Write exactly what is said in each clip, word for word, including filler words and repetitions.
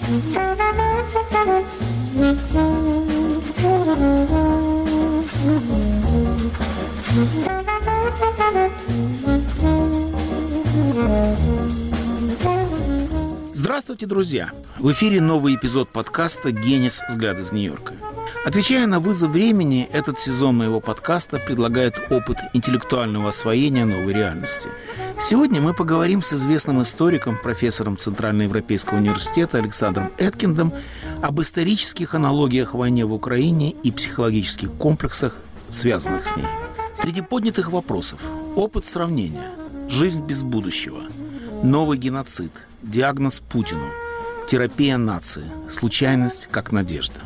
Здравствуйте, друзья! В эфире новый эпизод подкаста «Генис. Взгляд из Нью-Йорка». Отвечая на вызов времени, этот сезон моего подкаста предлагает опыт интеллектуального освоения новой реальности. Сегодня мы поговорим с известным историком, профессором Центральноевропейского университета Александром Эткиндом об исторических аналогиях в войне в Украине и психологических комплексах, связанных с ней. Среди поднятых вопросов – опыт сравнения, жизнь без будущего, новый геноцид, диагноз Путину, терапия нации, случайность как надежда.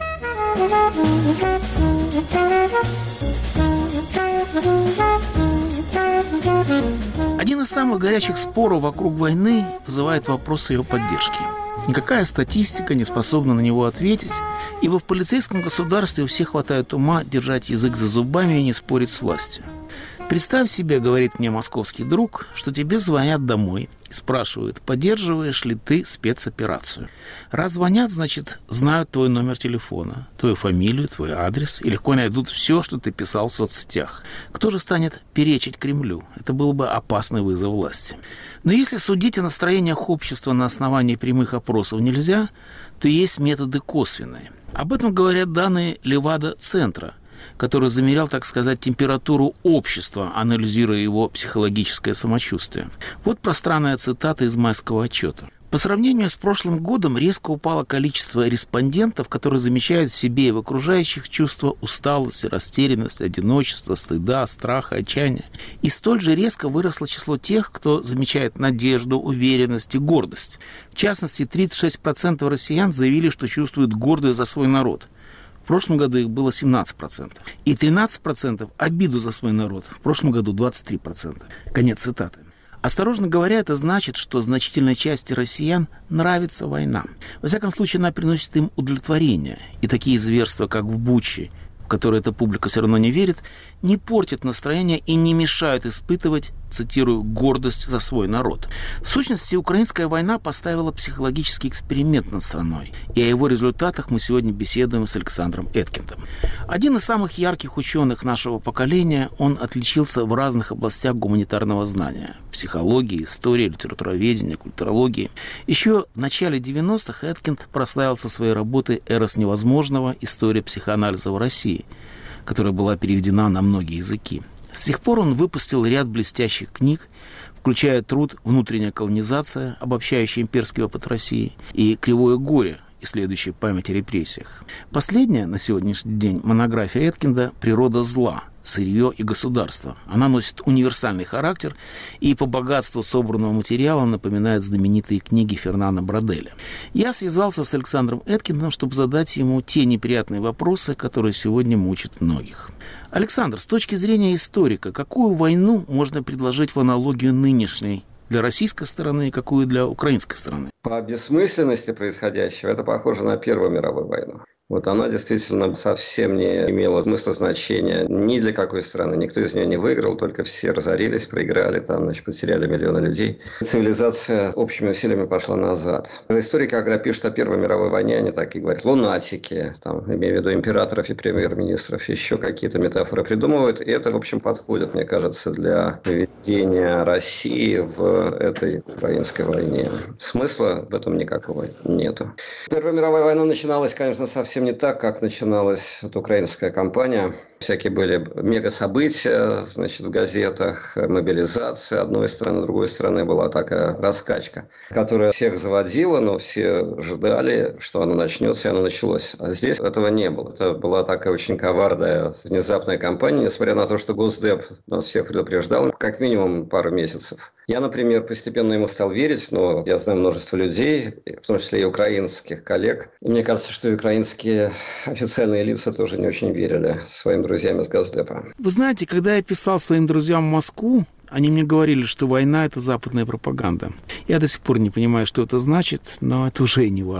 Один из самых горячих споров вокруг войны вызывает вопрос ее поддержки. Никакая статистика не способна на него ответить, ибо в полицейском государстве у всех хватает ума держать язык за зубами и не спорить с властью. Представь себе, говорит мне московский друг, что тебе звонят домой и спрашивают, поддерживаешь ли ты спецоперацию. Раз звонят, значит, знают твой номер телефона, твою фамилию, твой адрес и легко найдут все, что ты писал в соцсетях. Кто же станет перечить Кремлю? Это был бы опасный вызов власти. Но если судить о настроениях общества на основании прямых опросов нельзя, то есть методы косвенные. Об этом говорят данные Левада-центра, который замерял, так сказать, температуру общества, анализируя его психологическое самочувствие. Вот пространная цитата из майского отчета. По сравнению с прошлым годом резко упало количество респондентов, которые замечают в себе и в окружающих чувства усталости, растерянности, одиночества, стыда, страха, отчаяния. И столь же резко выросло число тех, кто замечает надежду, уверенность и гордость. В частности, тридцать шесть процентов россиян заявили, что чувствуют гордость за свой народ. В прошлом году их было семнадцать процентов. И тринадцать процентов обиду за свой народ. В прошлом году двадцать три процента. Конец цитаты. Осторожно говоря, это значит, что значительной части россиян нравится война. Во всяком случае, она приносит им удовлетворение. И такие зверства, как в Буче, в которые эта публика все равно не верит, не портят настроение и не мешают испытывать, цитирую, гордость за свой народ. В сущности, украинская война поставила психологический эксперимент над страной. И о его результатах мы сегодня беседуем с Александром Эткиндом. Один из самых ярких ученых нашего поколения, он отличился в разных областях гуманитарного знания. Психологии, истории, литературоведения, культурологии. Еще в начале девяностых Эткинд прославился своей работой «Эрос невозможного. История психоанализа в России», которая была переведена на многие языки. С тех пор он выпустил ряд блестящих книг, включая труд «Внутренняя колонизация», обобщающий имперский опыт России, и «Кривое горе», исследующий память о репрессиях. Последняя на сегодняшний день монография Эткинда «Природа зла. Сырье и государство». Она носит универсальный характер и по богатству собранного материала напоминает знаменитые книги Фернана Броделя. Я связался с Александром Эткиндом, чтобы задать ему те неприятные вопросы, которые сегодня мучат многих. Александр, с точки зрения историка, какую войну можно предложить в аналогию нынешней для российской стороны и какую для украинской стороны? По бессмысленности происходящего это похоже на Первую мировую войну. Вот она действительно совсем не имела смысла, значения ни для какой страны. Никто из нее не выиграл, только все разорились, проиграли, там, значит, потеряли миллионы людей. Цивилизация общими усилиями пошла назад. Историки, когда пишут о Первой мировой войне, они так и говорят: лунатики, там, имею в виду императоров и премьер-министров, еще какие-то метафоры придумывают. И это, в общем, подходит, мне кажется, для введения России в этой украинской войне. Смысла в этом никакого нету. Первая мировая война начиналась, конечно, совсем не так, как начиналась эта украинская кампания. Всякие были мега-события, значит, в газетах, мобилизация одной страны, другой страны была такая раскачка, которая всех заводила, но все ждали, что оно начнется, и оно началось. А здесь этого не было. Это была такая очень коварная, внезапная кампания, несмотря на то, что Госдеп нас всех предупреждал как минимум пару месяцев. Я, например, постепенно ему стал верить, но я знаю множество людей, в том числе и украинских коллег. И мне кажется, что и украинские официальные лица тоже не очень верили своим друзьям из Госдепа. Вы знаете, когда я писал своим друзьям в Москву, они мне говорили, что война – это западная пропаганда. Я до сих пор не понимаю, что это значит, но это уже и не важно.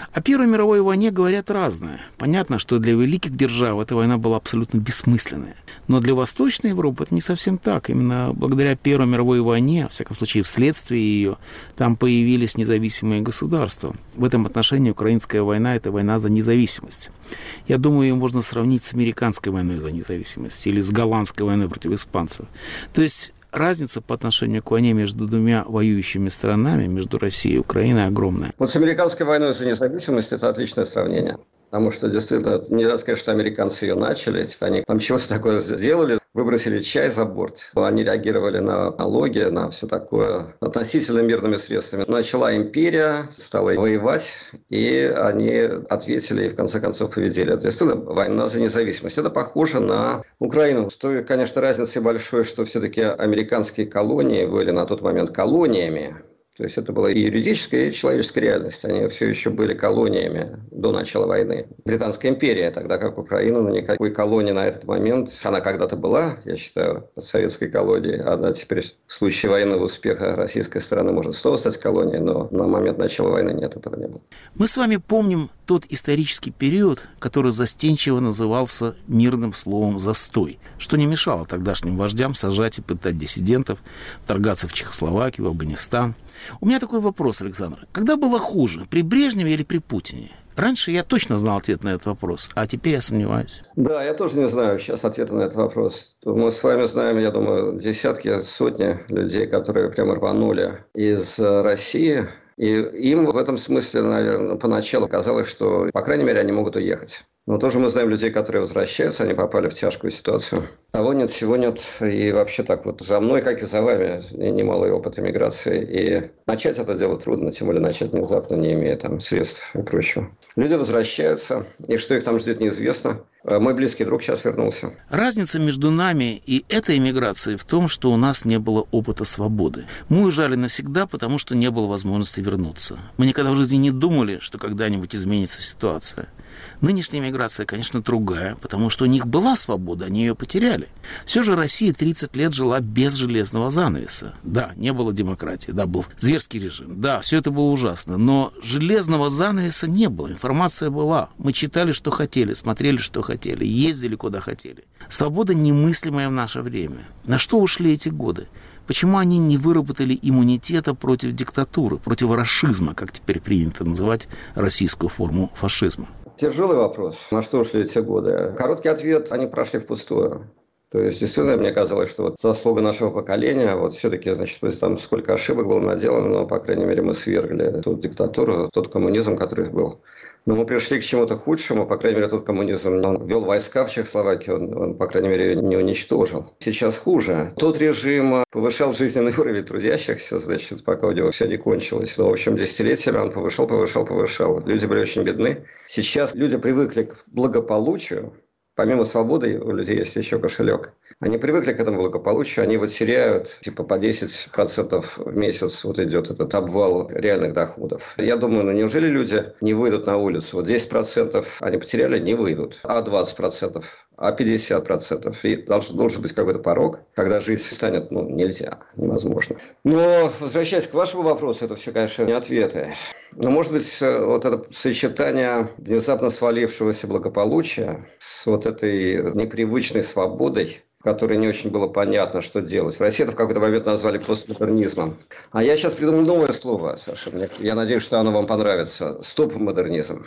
О Первой мировой войне говорят разное. Понятно, что для великих держав эта война была абсолютно бессмысленная. Но для Восточной Европы это не совсем так. Именно благодаря Первой мировой войне, во всяком случае, вследствие ее, там появились независимые государства. В этом отношении украинская война – это война за независимость. Я думаю, ее можно сравнить с американской войной за независимость или с голландской войной против испанцев. То есть разница по отношению к войне между двумя воюющими странами, между Россией и Украиной, огромная. Вот с американской войной за независимость это отличное сравнение. Потому что, действительно, нельзя сказать, что американцы ее начали. Они там чего-то такое сделали, выбросили чай за борт. Они реагировали на налоги, на все такое относительно мирными средствами. Начала империя, стала воевать, и они ответили и, в конце концов, победили. Это действительно война за независимость. Это похоже на Украину. С той, конечно, разницей большой, что все-таки американские колонии были на тот момент колониями. То есть это была и юридическая, и человеческая реальность. Они все еще были колониями до начала войны. Британская империя, тогда как Украина, ну, никакой колонии на этот момент. Она когда-то была, я считаю, советской колонией. Она теперь в случае военного успеха российской стороны может снова стать колонией, но на момент начала войны нет, этого не было. Мы с вами помним тот исторический период, который застенчиво назывался мирным словом «застой», что не мешало тогдашним вождям сажать и пытать диссидентов, вторгаться в Чехословакию, в Афганистан. У меня такой вопрос, Александр. Когда было хуже, при Брежневе или при Путине? Раньше я точно знал ответ на этот вопрос, а теперь я сомневаюсь. Да, я тоже не знаю сейчас ответа на этот вопрос. Мы с вами знаем, я думаю, десятки, сотни людей, которые прямо рванули из России. И им в этом смысле, наверное, поначалу казалось, что, по крайней мере, они могут уехать. Но тоже мы знаем людей, которые возвращаются, они попали в тяжкую ситуацию. Того нет, всего нет. И вообще так вот за мной, как и за вами, немалый опыт эмиграции. И начать это дело трудно, тем более начать внезапно, не имея там средств и прочего. Люди возвращаются, и что их там ждет, неизвестно. Мой близкий друг сейчас вернулся. Разница между нами и этой эмиграцией в том, что у нас не было опыта свободы. Мы уезжали навсегда, потому что не было возможности вернуться. Мы никогда в жизни не думали, что когда-нибудь изменится ситуация. Нынешняя миграция, конечно, другая, потому что у них была свобода, они ее потеряли. Все же Россия тридцать лет жила без железного занавеса. Да, не было демократии, да, был зверский режим, да, все это было ужасно, но железного занавеса не было, информация была. Мы читали, что хотели, смотрели, что хотели, ездили, куда хотели. Свобода немыслимая в наше время. На что ушли эти годы? Почему они не выработали иммунитета против диктатуры, против рашизма, как теперь принято называть российскую форму фашизма? Тяжелый вопрос. На что ушли эти годы? Короткий ответ – они прошли впустую. То есть, действительно, мне казалось, что вот заслуга нашего поколения, вот все-таки, значит, там сколько ошибок было наделано, но, по крайней мере, мы свергли ту диктатуру, тот коммунизм, который был. Но мы пришли к чему-то худшему, по крайней мере, тот коммунизм, он ввел войска в Чехословакию, он, он, по крайней мере, не уничтожил. Сейчас хуже. Тот режим повышал жизненный уровень трудящихся, значит, пока у него все не кончилось. Но, в общем, десятилетиями он повышал, повышал, повышал. Люди были очень бедны. Сейчас люди привыкли к благополучию. Помимо свободы у людей есть еще кошелек. Они привыкли к этому благополучию, они вот теряют типа по десять процентов в месяц, вот идет этот обвал реальных доходов. Я думаю, ну неужели люди не выйдут на улицу? Вот десять процентов они потеряли, не выйдут, а двадцать процентов, а пятьдесят процентов. И должен, должен быть какой-то порог, когда жизнь станет, ну, нельзя, невозможно. Но, возвращаясь к вашему вопросу, это все, конечно, не ответы. Но, может быть, вот это сочетание внезапно свалившегося благополучия с вот этой непривычной свободой, в которой не очень было понятно, что делать. В России это в какой-то момент назвали постмодернизмом. А я сейчас придумал новое слово, Саша. Я надеюсь, что оно вам понравится. Стоп-модернизм.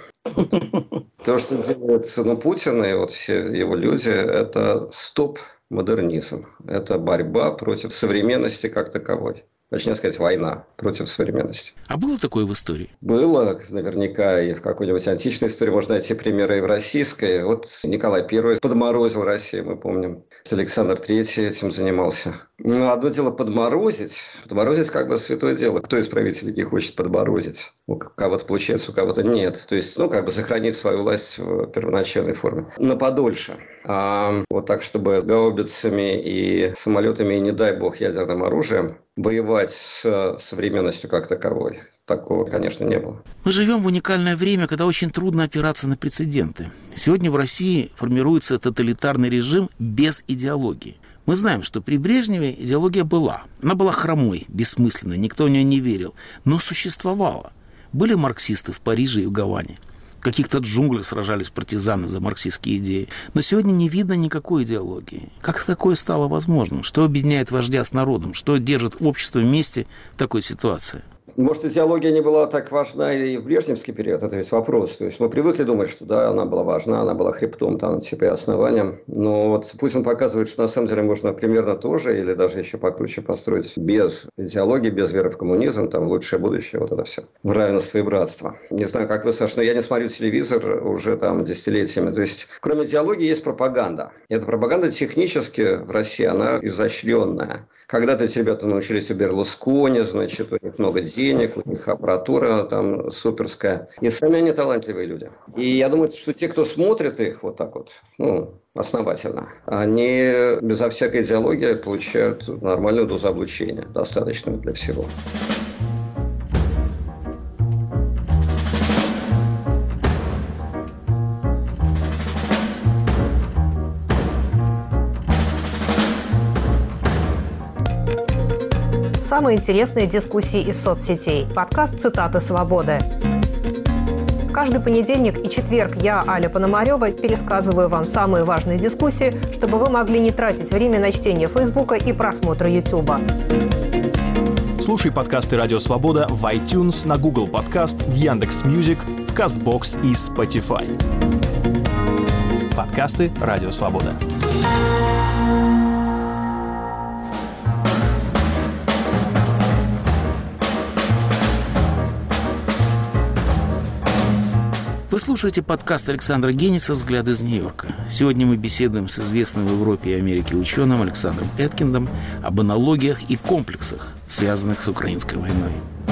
То, что делает ну, Путин и вот все его люди, это стоп-модернизм. Это борьба против современности как таковой. Точнее сказать, война против современности. А было такое в истории? Было, наверняка, и в какой-нибудь античной истории можно найти примеры и в российской. Вот Николай Первый подморозил Россию, мы помним. Александр Третий этим занимался. Но одно дело подморозить. Подморозить как бы святое дело. Кто из правителей не хочет подморозить? У кого-то получается, у кого-то нет. То есть, ну, как бы сохранить свою власть в первоначальной форме. Но подольше. А вот так, чтобы гаубицами и самолетами, и, не дай бог, ядерным оружием воевать с современностью как таковой. Такого, конечно, не было. Мы живем в уникальное время, когда очень трудно опираться на прецеденты. Сегодня в России формируется тоталитарный режим без идеологии. Мы знаем, что при Брежневе идеология была. Она была хромой, бессмысленной, никто в нее не верил, но существовала. Были марксисты в Париже и в Гаване. В каких-то джунглях сражались партизаны за марксистские идеи. Но сегодня не видно никакой идеологии. Как такое стало возможным? Что объединяет вождя с народом? Что держит общество вместе в такой ситуации? Может, идеология не была так важна и в брежневский период, это ведь вопрос. То есть мы привыкли думать, что да, она была важна, она была хребтом, там, типа и основанием. Но вот Путин показывает, что на самом деле можно примерно то же, или даже еще покруче построить без идеологии, без веры в коммунизм, там, лучшее будущее, вот это все. В равенство и братство. Не знаю, как вы, Саша, но я не смотрю телевизор уже там десятилетиями. То есть, кроме идеологии, есть пропаганда. И эта пропаганда технически в России, она изощренная. Когда-то эти ребята научились у Берлускони, значит, у них много денег, денег, у них аппаратура там суперская. И сами они талантливые люди. И я думаю, что те, кто смотрит их вот так вот, ну, основательно, они безо всякой идеологии получают нормальную дозу облучения, достаточную для всего. Самые интересные дискуссии из соцсетей. Подкаст «Цитаты свободы». Каждый понедельник и четверг я, Аля Пономарева, пересказываю вам самые важные дискуссии, чтобы вы могли не тратить время на чтение Фейсбука и просмотр Ютуба. Слушай подкасты «Радио Свобода» в iTunes, на Google Подкаст, в Яндекс.Мьюзик, в Кастбокс и Spotify. Подкасты «Радио Свобода». Вы слушаете подкаст Александра Гениса «Взгляд из Нью-Йорка». Сегодня мы беседуем с известным в Европе и Америке ученым Александром Эткиндом об аналогиях и комплексах, связанных с украинской войной.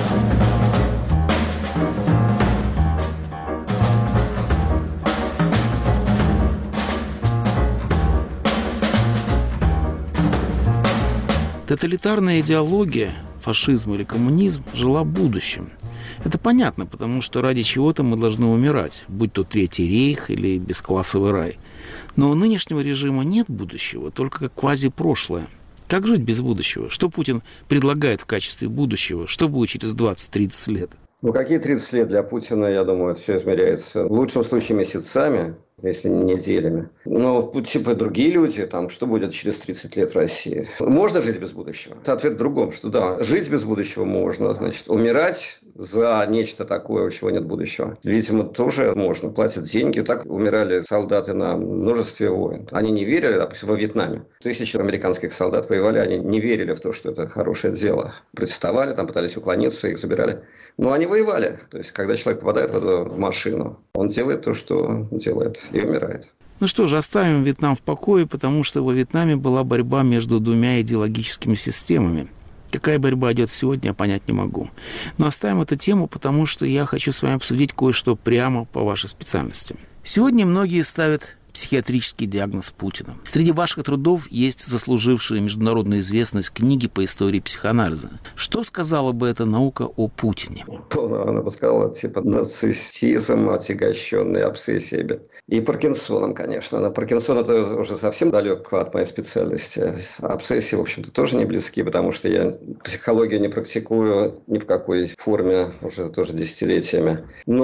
Тоталитарная идеология, фашизм или коммунизм, жила будущим. Это понятно, потому что ради чего-то мы должны умирать, будь то Третий рейх или бесклассовый рай. Но у нынешнего режима нет будущего, только квази-прошлое. Как жить без будущего? Что Путин предлагает в качестве будущего? Что будет через двадцать-тридцать лет? Ну, какие тридцать лет для Путина, я думаю, все измеряется в лучшем случае месяцами, если не неделями. Но типа другие люди, там, что будет через тридцать лет в России? Можно жить без будущего? Ответ в другом, что да, жить без будущего можно, значит, умирать за нечто такое, у чего нет будущего. Видимо, тоже можно. Платят деньги. Так умирали солдаты на множестве войн. Они не верили, допустим, во Вьетнаме. Тысячи американских солдат воевали, они не верили в то, что это хорошее дело. Протестовали, там пытались уклониться, их забирали. Но они воевали. То есть, когда человек попадает в эту машину, он делает то, что делает, и умирает. Ну что же, оставим Вьетнам в покое, потому что во Вьетнаме была борьба между двумя идеологическими системами. Какая борьба идет сегодня, я понять не могу. Но оставим эту тему, потому что я хочу с вами обсудить кое-что прямо по вашей специальности. Сегодня многие ставят психиатрический диагноз Путина. Среди ваших трудов есть заслужившие международную известность книги по истории психоанализа. Что сказала бы эта наука о Путине? Она бы сказала, типа, нарциссизм, отягощенный обсессиями. И Паркинсоном, конечно. Но Паркинсон – это уже совсем далек от моей специальности. Обсессии, в общем-то, тоже не близки, потому что я психологию не практикую ни в какой форме уже тоже десятилетиями.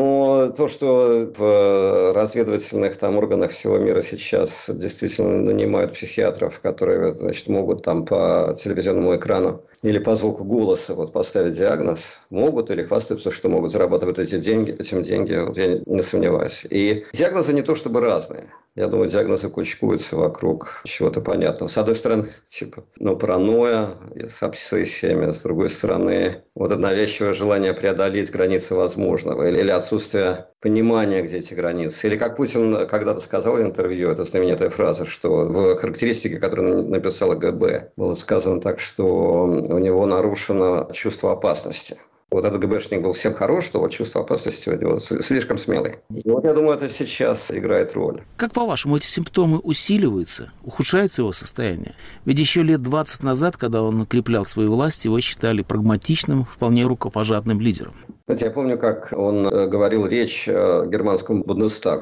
Но то, что в разведывательных там органах всего мира сейчас действительно нанимают психиатров, которые, значит, могут там по телевизионному экрану или по звуку голоса вот поставить диагноз, могут или хвастаются, что могут зарабатывать эти деньги, этим деньги, вот я не сомневаюсь. И диагнозы не то чтобы разные. Я думаю, диагнозы кучкуются вокруг чего-то понятного. С одной стороны, типа, ну, паранойя с обсессиями, с другой стороны, вот это навязчивое желание преодолеть границы возможного или, или отсутствие понимания, где эти границы. Или как Путин когда-то сказал в интервью, это знаменитая фраза, что в характеристике, которую написала ГБ, было сказано так, что у него нарушено чувство опасности. Вот этот ГБшник был всем хорош, что вот чувство опасности у него слишком смелый. И вот я думаю, это сейчас играет роль. Как по-вашему, эти симптомы усиливаются, ухудшается его состояние? Ведь еще лет двадцать назад, когда он укреплял свою власть, его считали прагматичным, вполне рукопожатным лидером. Знаете, я помню, как он говорил речь германскому Бундестагу.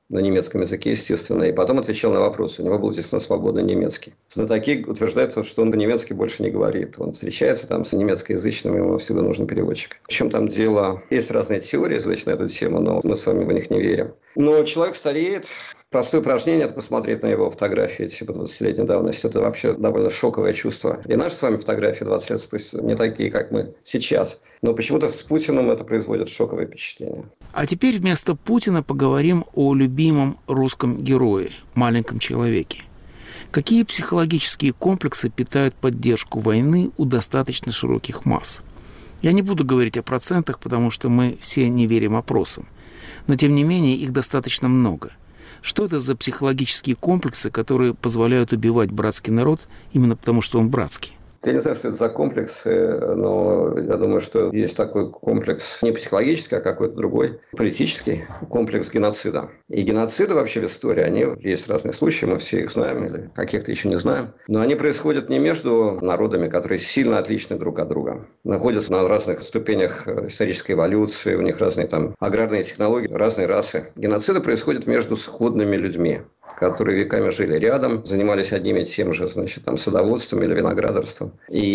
на немецком языке, естественно, и потом отвечал на вопросы. У него был, естественно, свободный немецкий. Знатоки утверждают, что он по-немецки больше не говорит. Он встречается там с немецкоязычными, ему всегда нужен переводчик. В чем там дело? Есть разные теории, значит, на эту тему, но мы с вами в них не верим. Но человек стареет. Простое упражнение – это посмотреть на его фотографии типа двадцатилетней давности. Это вообще довольно шоковое чувство. И наши с вами фотографии двадцать лет спустя не такие, как мы сейчас. Но почему-то с Путиным это производит шоковое впечатление. А теперь вместо Путина поговорим о любимом русском герое, маленьком человеке. Какие психологические комплексы питают поддержку войны у достаточно широких масс? Я не буду говорить о процентах, потому что мы все не верим опросам. Но, тем не менее, их достаточно много. Что это за психологические комплексы, которые позволяют убивать братский народ именно потому, что он братский? Я не знаю, что это за комплексы, но я думаю, что есть такой комплекс не психологический, а какой-то другой, политический комплекс геноцида. И геноциды вообще в истории, они есть разные случаи, мы все их знаем или каких-то еще не знаем. Но они происходят не между народами, которые сильно отличны друг от друга. Находятся на разных ступенях исторической эволюции, у них разные там аграрные технологии, разные расы. Геноциды происходят между сходными людьми, которые веками жили рядом, занимались одним и тем же, значит, там, садоводством или виноградарством,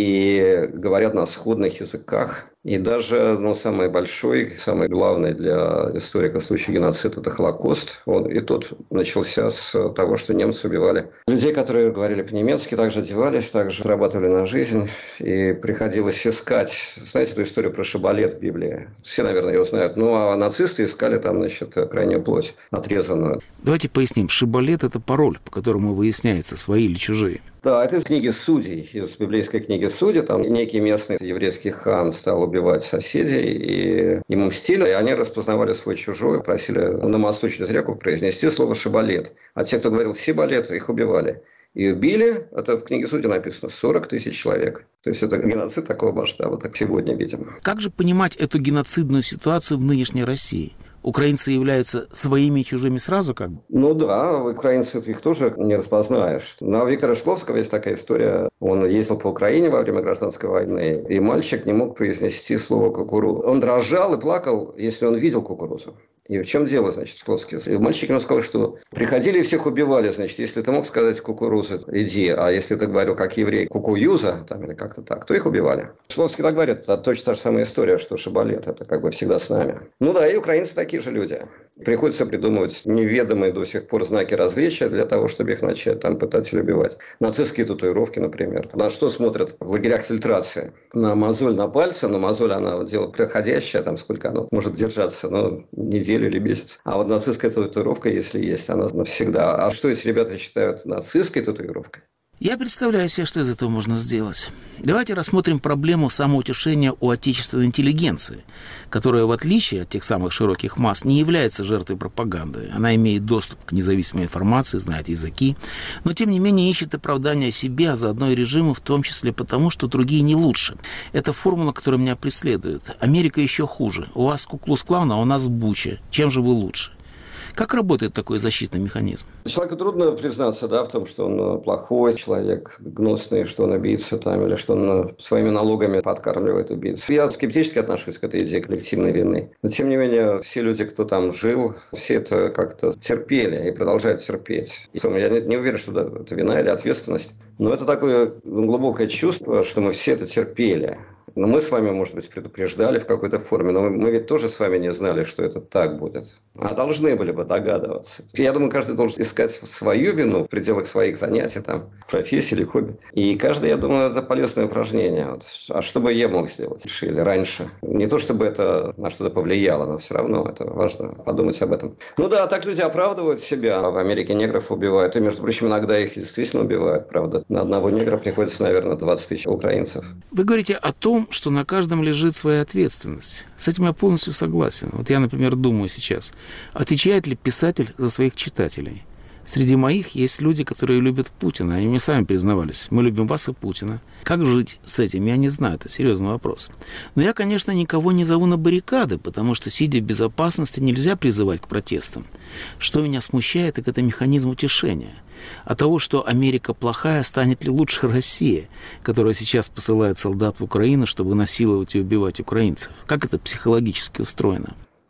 и говорят на сходных языках. И даже, ну, самый большой, самый главный для историка случай геноцида – это Холокост. Он и тот начался с того, что немцы убивали людей, которые говорили по-немецки, также одевались, также зарабатывали на жизнь. И приходилось искать, знаете, эту историю про шибалет в Библии? Все, наверное, ее знают. Ну, а нацисты искали там, значит, крайнюю плоть отрезанную. Давайте поясним. Шибалет – это пароль, по которому выясняется, свои или чужие. Да, это из книги «Судей», из библейской книги «Судей». Там некий местный еврейский хан стал убивать соседей, и ему мстили, и они распознавали свой чужой, просили на мосту через реку произнести слово «шибалет». А те, кто говорил «сибалет», их убивали. И убили, это в книге «Судей» написано, сорок тысяч человек. То есть это геноцид такого масштаба, так сегодня видим. Как же понимать эту геноцидную ситуацию в нынешней России? Украинцы являются своими и чужими сразу как бы? Ну да, украинцы их тоже не распознаешь. Но у Виктора Шкловского есть такая история. Он ездил по Украине во время гражданской войны, и мальчик не мог произнести слово «кукуруза». Он дрожал и плакал, если он видел кукурузу. И в чем дело, значит, Шкловский? И мальчик ему сказал, что приходили и всех убивали, значит, если ты мог сказать «кукуруза», иди, а если ты говорил как еврей «кукуюза», там, или как-то так, то их убивали. Шкловский так говорит, это точно та же самая история, что шибалет, это как бы всегда с нами. Ну да, и украинцы такие же люди. Приходится придумывать неведомые до сих пор знаки различия для того, чтобы их начать там пытать или убивать. Нацистские татуировки, например. На что смотрят в лагерях фильтрации? На мозоль на пальце, но мозоль, она дело проходящее, там сколько она может держаться, ну, неделю или месяц. А вот нацистская татуировка, если есть, она навсегда. А что эти ребята считают нацистской татуировкой? Я представляю себе, что из этого можно сделать. Давайте рассмотрим проблему самоутешения у отечественной интеллигенции, которая, в отличие от тех самых широких масс, не является жертвой пропаганды. Она имеет доступ к независимой информации, знает языки, но, тем не менее, ищет оправдания себе, а заодно и режиму, в том числе потому, что другие не лучше. Это формула, которая меня преследует. Америка еще хуже. У вас Ку-клукс-клан, а у нас Буча. Чем же вы лучше? Как работает такой защитный механизм? Человеку трудно признаться, да, в том, что он плохой человек, гнусный, что он убийца там, или что он своими налогами подкармливает убийц. Я скептически отношусь к этой идее коллективной вины. Но, тем не менее, все люди, кто там жил, все это как-то терпели и продолжают терпеть. И я не, не уверен, что это вина или ответственность. Но это такое глубокое чувство, что мы все это терпели. Но мы с вами, может быть, предупреждали в какой-то форме, но мы, мы ведь тоже с вами не знали, что это так будет. А должны были бы догадываться. Я думаю, каждый должен искать свою вину в пределах своих занятий, там, профессии или хобби. И каждый, я думаю, это полезное упражнение. Вот. А что бы я мог сделать или раньше? Не то, чтобы это на что-то повлияло, но все равно это важно подумать об этом. Ну да, так люди оправдывают себя. В Америке негров убивают. И, между прочим, иногда их действительно убивают, правда. На одного негра приходится, наверное, двадцать тысяч украинцев. Вы говорите о том, что на каждом лежит своя ответственность. С этим я полностью согласен. Вот я, например, думаю сейчас, отвечает ли писатель за своих читателей? Среди моих есть люди, которые любят Путина. Они мне сами признавались. Мы любим вас и Путина. Как жить с этим, я не знаю. Это серьезный вопрос. Но я, конечно, никого не зову на баррикады, потому что, сидя в безопасности, нельзя призывать к протестам. Что меня смущает, так это механизм утешения. От того, что Америка плохая, станет ли лучше Россия, которая сейчас посылает солдат в Украину, чтобы насиловать и убивать украинцев? Как это психологически устроено?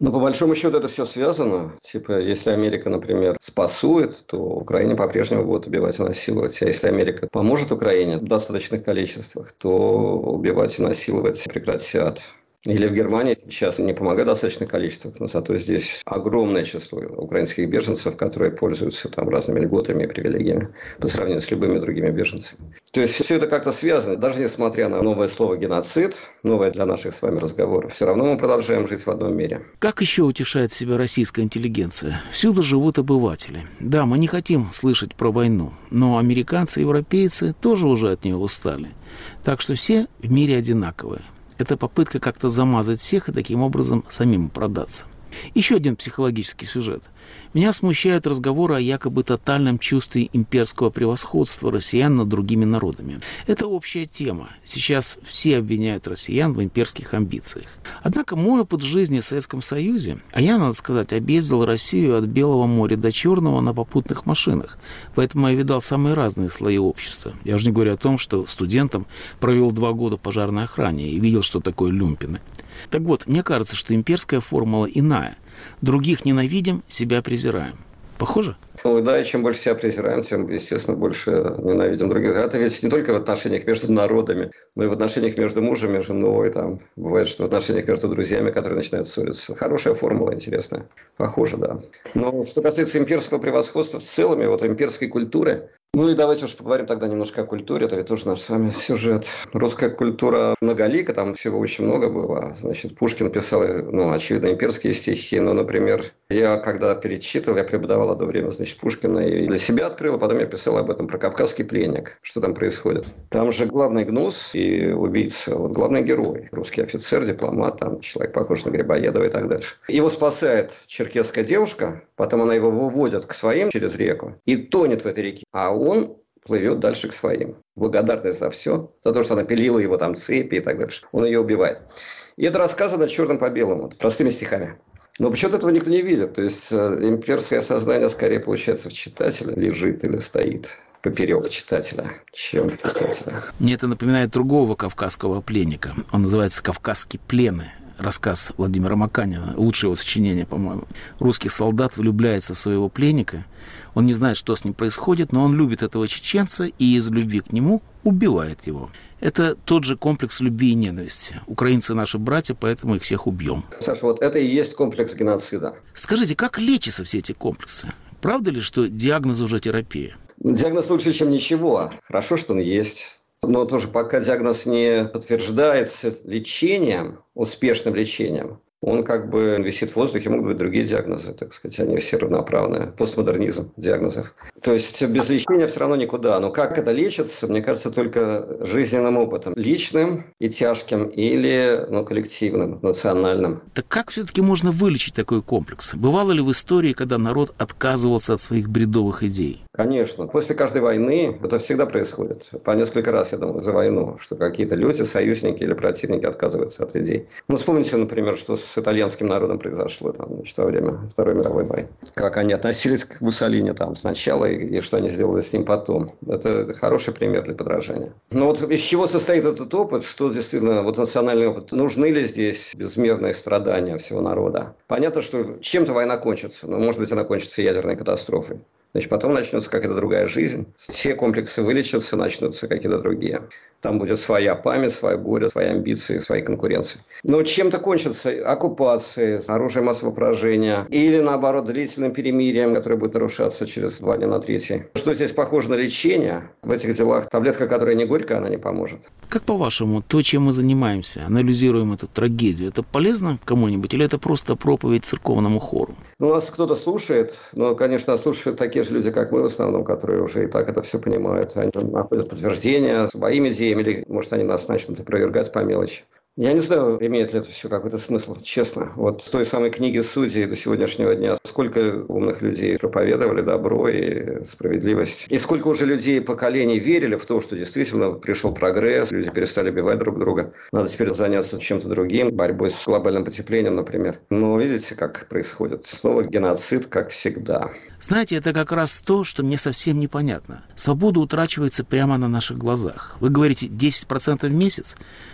Ну, по большому счету, это все связано. Типа, если Америка, например, спасует, то Украине по-прежнему будут убивать и насиловать. А если Америка поможет Украине в достаточных количествах, то убивать и насиловать прекратят. Или в Германии сейчас не помогает в достаточных количествах, но зато здесь огромное число украинских беженцев, которые пользуются там разными льготами и привилегиями по сравнению с любыми другими беженцами. То есть все это как-то связано. Даже несмотря на новое слово «геноцид», новое для наших с вами разговоров, все равно мы продолжаем жить в одном мире. Как еще утешает себя российская интеллигенция? Всюду живут обыватели. Да, мы не хотим слышать про войну, но американцы и европейцы тоже уже от нее устали. Так что все в мире одинаковые. Это попытка как-то замазать всех и таким образом самим продаться. Еще один психологический сюжет. Меня смущают разговоры о якобы тотальном чувстве имперского превосходства россиян над другими народами. Это общая тема. Сейчас все обвиняют россиян в имперских амбициях. Однако мой опыт жизни в Советском Союзе, а я, надо сказать, объездил Россию от Белого моря до Черного на попутных машинах. Поэтому я видал самые разные слои общества. Я уже не говорю о том, что студентом провел два года в пожарной охране и видел, что такое люмпины. Так вот, мне кажется, что имперская формула иная. Других ненавидим, себя презираем. Похоже? Ну да, и чем больше себя презираем, тем, естественно, больше ненавидим других. Это ведь не только в отношениях между народами, но и в отношениях между мужем и женой. Там бывает, что в отношениях между друзьями, которые начинают ссориться. Хорошая формула, интересная. Похоже, да. Но что касается имперского превосходства в целом, и вот имперской культуры, ну и давайте уж поговорим тогда немножко о культуре. Это ведь тоже наш с вами сюжет. Русская культура многолика, там всего очень много было. Значит, Пушкин писал, ну, очевидно, имперские стихи. Но, например, я когда перечитывал, я преподавал одно время, значит, Пушкина и для себя открыл, а потом я писал об этом, про «Кавказский пленник», что там происходит. Там же главный гнус и убийца, вот главный герой, русский офицер, дипломат, там человек похож на Грибоедова и так дальше. Его спасает черкесская девушка, потом она его выводит к своим через реку и тонет в этой реке. А он плывет дальше к своим. Благодарность за все, за то, что она пилила его там цепи и так дальше. Он ее убивает. И это рассказано черным по белому, простыми стихами. Но почему-то этого никто не видит. То есть имперское сознание скорее, получается, в читателе лежит или стоит поперек читателя, чем в писателя. Мне это напоминает другого кавказского пленника. Он называется «Кавказские плены». Рассказ Владимира Маканина, лучшее его сочинение, по-моему. Русский солдат влюбляется в своего пленника. Он не знает, что с ним происходит, но он любит этого чеченца и из любви к нему убивает его. Это тот же комплекс любви и ненависти. Украинцы наши братья, поэтому их всех убьем. Саша, вот это и есть комплекс геноцида. Скажите, как лечатся все эти комплексы? Правда ли, что диагноз уже терапия? Диагноз лучше, чем ничего. Хорошо, что он есть. Но тоже пока диагноз не подтверждается лечением, успешным лечением, он как бы висит в воздухе, могут быть другие диагнозы, так сказать, они все равноправные. Постмодернизм диагнозов. То есть без лечения все равно никуда. Но как это лечится, мне кажется, только жизненным опытом. Личным и тяжким, или ну, коллективным, национальным. Так как все-таки можно вылечить такой комплекс? Бывало ли в истории, когда народ отказывался от своих бредовых идей? Конечно. После каждой войны это всегда происходит. По несколько раз, я думаю, за войну, что какие-то люди, союзники или противники отказываются от идей. Ну, вспомните, например, что с итальянским народом произошло там, значит, во время Второй мировой войны. Как они относились к Муссолини там сначала и, и что они сделали с ним потом. Это хороший пример для подражания. Но вот из чего состоит этот опыт, что действительно вот национальный опыт? Нужны ли здесь безмерные страдания всего народа? Понятно, что чем-то война кончится, но, может быть, она кончится ядерной катастрофой. Значит, потом начнется какая-то другая жизнь. Все комплексы вылечатся, начнутся какие-то другие. Там будет своя память, свое горе, свои амбиции, свои конкуренции. Но чем-то кончится оккупацией, оружием массового поражения. Или, наоборот, длительным перемирием, которое будет нарушаться через два дня на третий. Что здесь похоже на лечение? В этих делах таблетка, которая не горькая, она не поможет. Как по-вашему, то, чем мы занимаемся, анализируем эту трагедию, это полезно кому-нибудь или это просто проповедь церковному хору? Ну, нас кто-то слушает, но, конечно, слушают такие же люди, как мы в основном, которые уже и так это все понимают. Они находят подтверждения своими идеями, или, может, они нас начнут опровергать по мелочи. Я не знаю, имеет ли это все какой-то смысл, честно. Вот с той самой книги «Судей» до сегодняшнего дня сколько умных людей проповедовали добро и справедливость. И сколько уже людей, поколений верили в то, что действительно пришел прогресс, люди перестали убивать друг друга. Надо теперь заняться чем-то другим, борьбой с глобальным потеплением, например. Но видите, как происходит? Снова геноцид, как всегда. Знаете, это как раз то, что мне совсем непонятно. Свобода утрачивается прямо на наших глазах. Вы говорите десять процентов в месяц?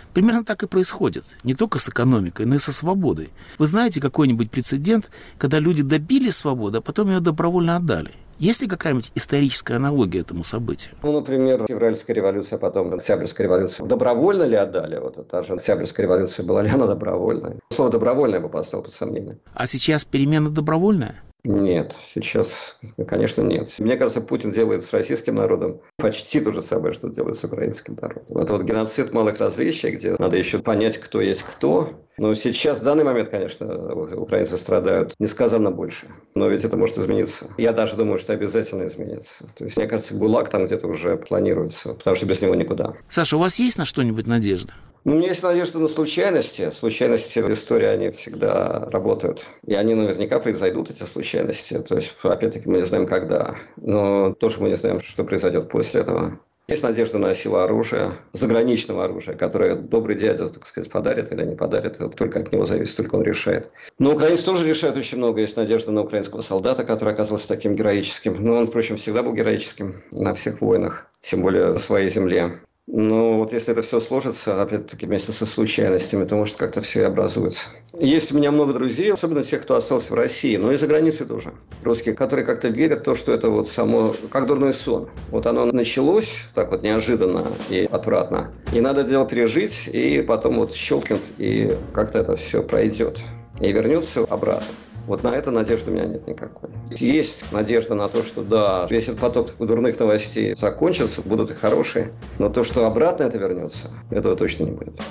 Примерно так и происходит. Не только с экономикой, но и со свободой. Вы знаете какой-нибудь прецедент, когда люди добились свободы, а потом ее добровольно отдали? Есть ли какая-нибудь историческая аналогия этому событию? Ну, например, февральская революция, а потом Октябрьская революция. Добровольно ли отдали? Вот та же Октябрьская революция, была ли она добровольная? Слово «добровольное» я бы поставил под сомнение. А сейчас перемена добровольная? Нет, сейчас, конечно, нет. Мне кажется, Путин делает с российским народом почти то же самое, что делает с украинским народом. Это вот геноцид малых различий, где надо еще понять, кто есть кто. Но сейчас, в данный момент, конечно, украинцы страдают несказанно больше. Но ведь это может измениться. Я даже думаю, что обязательно изменится. То есть, мне кажется, ГУЛАГ там где-то уже планируется, потому что без него никуда. Саша, у вас есть на что-нибудь надежда? Ну, у меня есть надежда на случайности. Случайности в истории, они всегда работают. И они наверняка произойдут, эти случайности. То есть, опять-таки, мы не знаем, когда. Но тоже мы не знаем, что произойдет после этого. Есть надежда на силу оружия, заграничного оружия, которое добрый дядя, так сказать, подарит или не подарит. Это только от него зависит, только он решает. Но украинцы тоже решают очень много. Есть надежда на украинского солдата, который оказался таким героическим. Но он, впрочем, всегда был героическим на всех войнах, тем более на своей земле. Но вот если это все сложится, опять-таки, вместе со случайностями, то, может, как-то все и образуется. Есть у меня много друзей, особенно тех, кто остался в России, но и за границей тоже. Русские, которые как-то верят в то, что это вот само, как дурной сон. Вот оно началось так вот неожиданно и отвратно. И надо дело пережить, и потом вот щелкнет, и как-то это все пройдет. И вернется обратно. Вот на это надежды у меня нет никакой. Есть надежда на то, что да, весь этот поток дурных новостей закончится, будут и хорошие, но то, что обратно это вернется, этого точно не будет.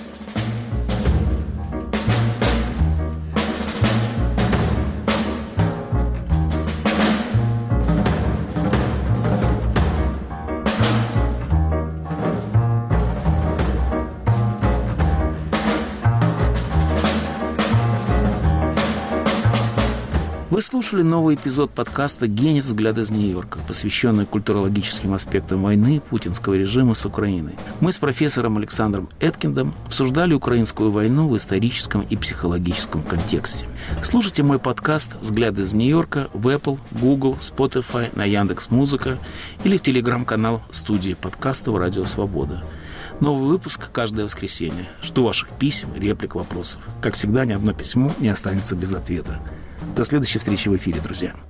Вы слушали новый эпизод подкаста «Генис. Взгляд из Нью-Йорка», посвященный культурологическим аспектам войны путинского режима с Украиной. Мы с профессором Александром Эткиндом обсуждали украинскую войну в историческом и психологическом контексте. Слушайте мой подкаст «Взгляд из Нью-Йорка» в Apple, Google, Spotify, на Яндекс.Музыка или в телеграм-канал студии подкастов «Радио Свобода». Новый выпуск каждое воскресенье. Жду ваших писем, реплик, вопросов. Как всегда, ни одно письмо не останется без ответа. До следующей встречи в эфире, друзья.